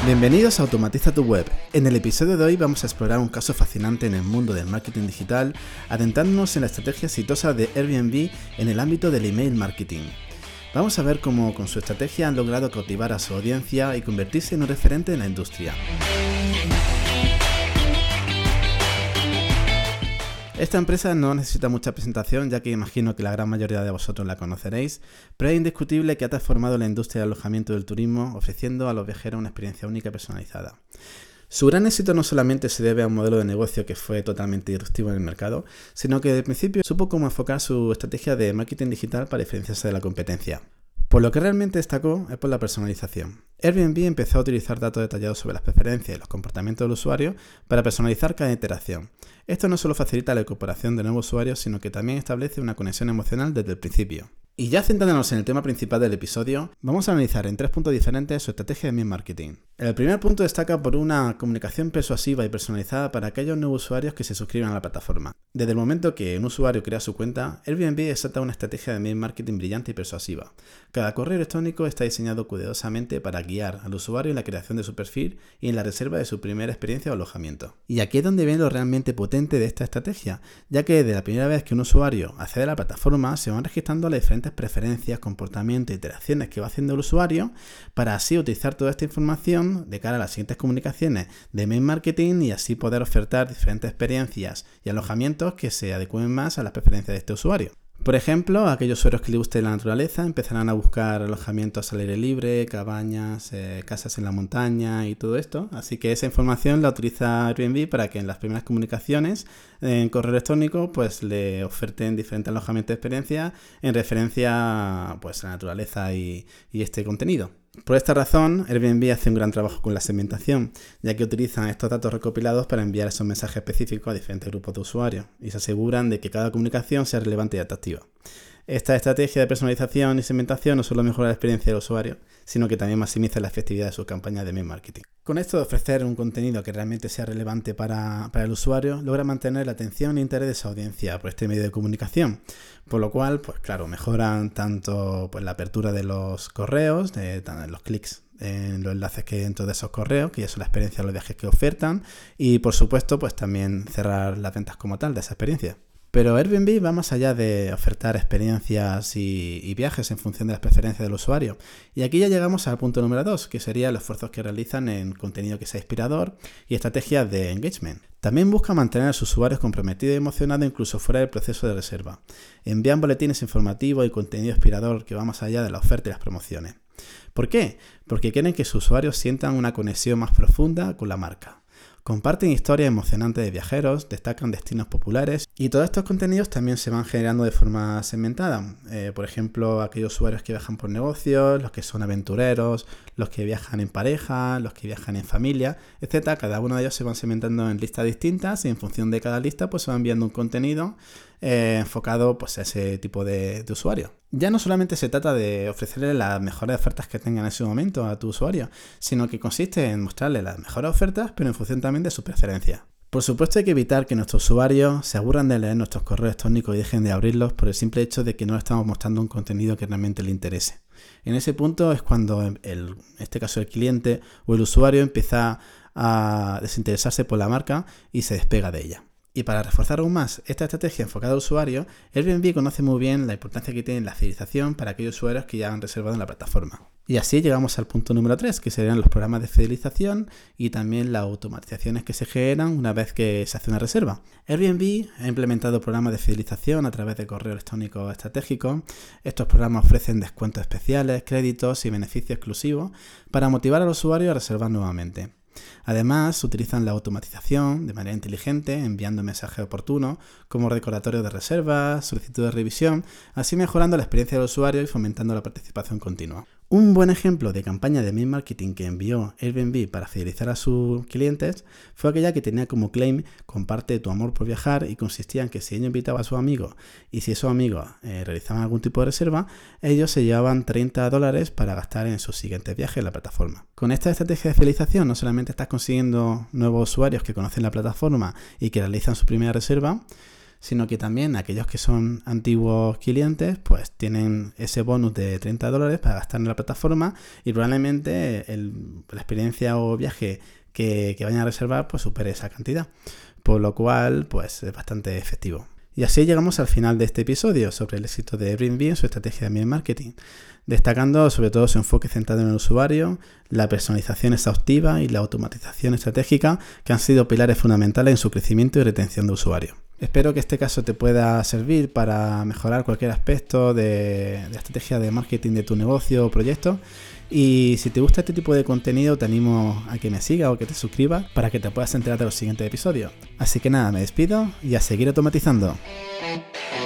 Bienvenidos a Automatiza tu Web. En el episodio de hoy vamos a explorar un caso fascinante en el mundo del marketing digital, adentrándonos en la estrategia exitosa de Airbnb en el ámbito del email marketing. Vamos a ver cómo con su estrategia han logrado cautivar a su audiencia y convertirse en un referente en la industria. Esta empresa no necesita mucha presentación, ya que imagino que la gran mayoría de vosotros la conoceréis, pero es indiscutible que ha transformado la industria del alojamiento del turismo, ofreciendo a los viajeros una experiencia única y personalizada. Su gran éxito no solamente se debe a un modelo de negocio que fue totalmente disruptivo en el mercado, sino que desde el principio supo cómo enfocar su estrategia de marketing digital para diferenciarse de la competencia. Por lo que realmente destacó es por la personalización. Airbnb empezó a utilizar datos detallados sobre las preferencias y los comportamientos del usuario para personalizar cada interacción. Esto no solo facilita la incorporación de nuevos usuarios, sino que también establece una conexión emocional desde el principio. Y ya centrándonos en el tema principal del episodio, vamos a analizar en 3 puntos diferentes su estrategia de email marketing. El primer punto destaca por una comunicación persuasiva y personalizada para aquellos nuevos usuarios que se suscriban a la plataforma. Desde el momento que un usuario crea su cuenta, Airbnb desata una estrategia de email marketing brillante y persuasiva. Cada correo electrónico está diseñado cuidadosamente para guiar al usuario en la creación de su perfil y en la reserva de su primera experiencia o alojamiento. Y aquí es donde viene lo realmente potente de esta estrategia, ya que desde la primera vez que un usuario accede a la plataforma se van registrando las diferentes preferencias, comportamientos e interacciones que va haciendo el usuario para así utilizar toda esta información de cara a las siguientes comunicaciones de email marketing y así poder ofertar diferentes experiencias y alojamientos que se adecúen más a las preferencias de este usuario. Por ejemplo, aquellos usuarios que les guste la naturaleza empezarán a buscar alojamientos al aire libre, cabañas, casas en la montaña y todo esto. Así que esa información la utiliza Airbnb para que en las primeras comunicaciones en correo electrónico pues le oferten diferentes alojamientos de experiencia en referencia pues, a la naturaleza y este contenido. Por esta razón, Airbnb hace un gran trabajo con la segmentación, ya que utilizan estos datos recopilados para enviar esos mensajes específicos a diferentes grupos de usuarios y se aseguran de que cada comunicación sea relevante y atractiva. Esta estrategia de personalización y segmentación no solo mejora la experiencia del usuario, sino que también maximiza la efectividad de sus campañas de email marketing. Con esto de ofrecer un contenido que realmente sea relevante para el usuario, logra mantener la atención e interés de esa audiencia por este medio de comunicación, por lo cual, pues claro, mejoran tanto pues, la apertura de los correos, de los clics en los enlaces que hay dentro de esos correos, que ya son la experiencia de los viajes que ofertan, y por supuesto, pues también cerrar las ventas como tal de esa experiencia. Pero Airbnb va más allá de ofertar experiencias y viajes en función de las preferencias del usuario. Y aquí ya llegamos al punto número 2, que sería los esfuerzos que realizan en contenido que sea inspirador y estrategias de engagement. También busca mantener a sus usuarios comprometidos y emocionados incluso fuera del proceso de reserva. Envían boletines informativos y contenido inspirador que va más allá de la oferta y las promociones. ¿Por qué? Porque quieren que sus usuarios sientan una conexión más profunda con la marca. Comparten historias emocionantes de viajeros, destacan destinos populares y todos estos contenidos también se van generando de forma segmentada. Por ejemplo, aquellos usuarios que viajan por negocios, los que son aventureros, los que viajan en pareja, los que viajan en familia, etc. Cada uno de ellos se van segmentando en listas distintas y en función de cada lista pues se van enviando un contenido enfocado pues, a ese tipo de usuario. Ya no solamente se trata de ofrecerle las mejores ofertas que tengan en ese momento a tu usuario, sino que consiste en mostrarle las mejores ofertas, pero en función también de sus preferencias. Por supuesto hay que evitar que nuestros usuarios se aburran de leer nuestros correos electrónicos y dejen de abrirlos por el simple hecho de que no le estamos mostrando un contenido que realmente le interese. En ese punto es cuando, en este caso el cliente o el usuario, empieza a desinteresarse por la marca y se despega de ella. Y para reforzar aún más esta estrategia enfocada al usuario, Airbnb conoce muy bien la importancia que tiene la fidelización para aquellos usuarios que ya han reservado en la plataforma. Y así llegamos al punto número 3, que serían los programas de fidelización y también las automatizaciones que se generan una vez que se hace una reserva. Airbnb ha implementado programas de fidelización a través de correo electrónico estratégico. Estos programas ofrecen descuentos especiales, créditos y beneficios exclusivos para motivar al usuario a reservar nuevamente. Además, utilizan la automatización de manera inteligente, enviando mensajes oportunos como recordatorios de reservas, solicitudes de revisión, así mejorando la experiencia del usuario y fomentando la participación continua. Un buen ejemplo de campaña de email marketing que envió Airbnb para fidelizar a sus clientes fue aquella que tenía como claim "comparte tu amor por viajar" y consistía en que si ellos invitaban a sus amigos y si esos amigos realizaban algún tipo de reserva, ellos se llevaban $30 para gastar en sus siguientes viajes en la plataforma. Con esta estrategia de fidelización no solamente estás consiguiendo nuevos usuarios que conocen la plataforma y que realizan su primera reserva, sino que también aquellos que son antiguos clientes pues tienen ese bonus de $30 para gastar en la plataforma y probablemente la experiencia o viaje que vayan a reservar pues supere esa cantidad, por lo cual pues es bastante efectivo. Y así llegamos al final de este episodio sobre el éxito de Airbnb en su estrategia de email marketing, destacando sobre todo su enfoque centrado en el usuario, la personalización exhaustiva y la automatización estratégica, que han sido pilares fundamentales en su crecimiento y retención de usuarios. Espero que este caso te pueda servir para mejorar cualquier aspecto de la estrategia de marketing de tu negocio o proyecto. Y si te gusta este tipo de contenido, te animo a que me sigas o que te suscribas para que te puedas enterar de los siguientes episodios. Así que nada, me despido y a seguir automatizando.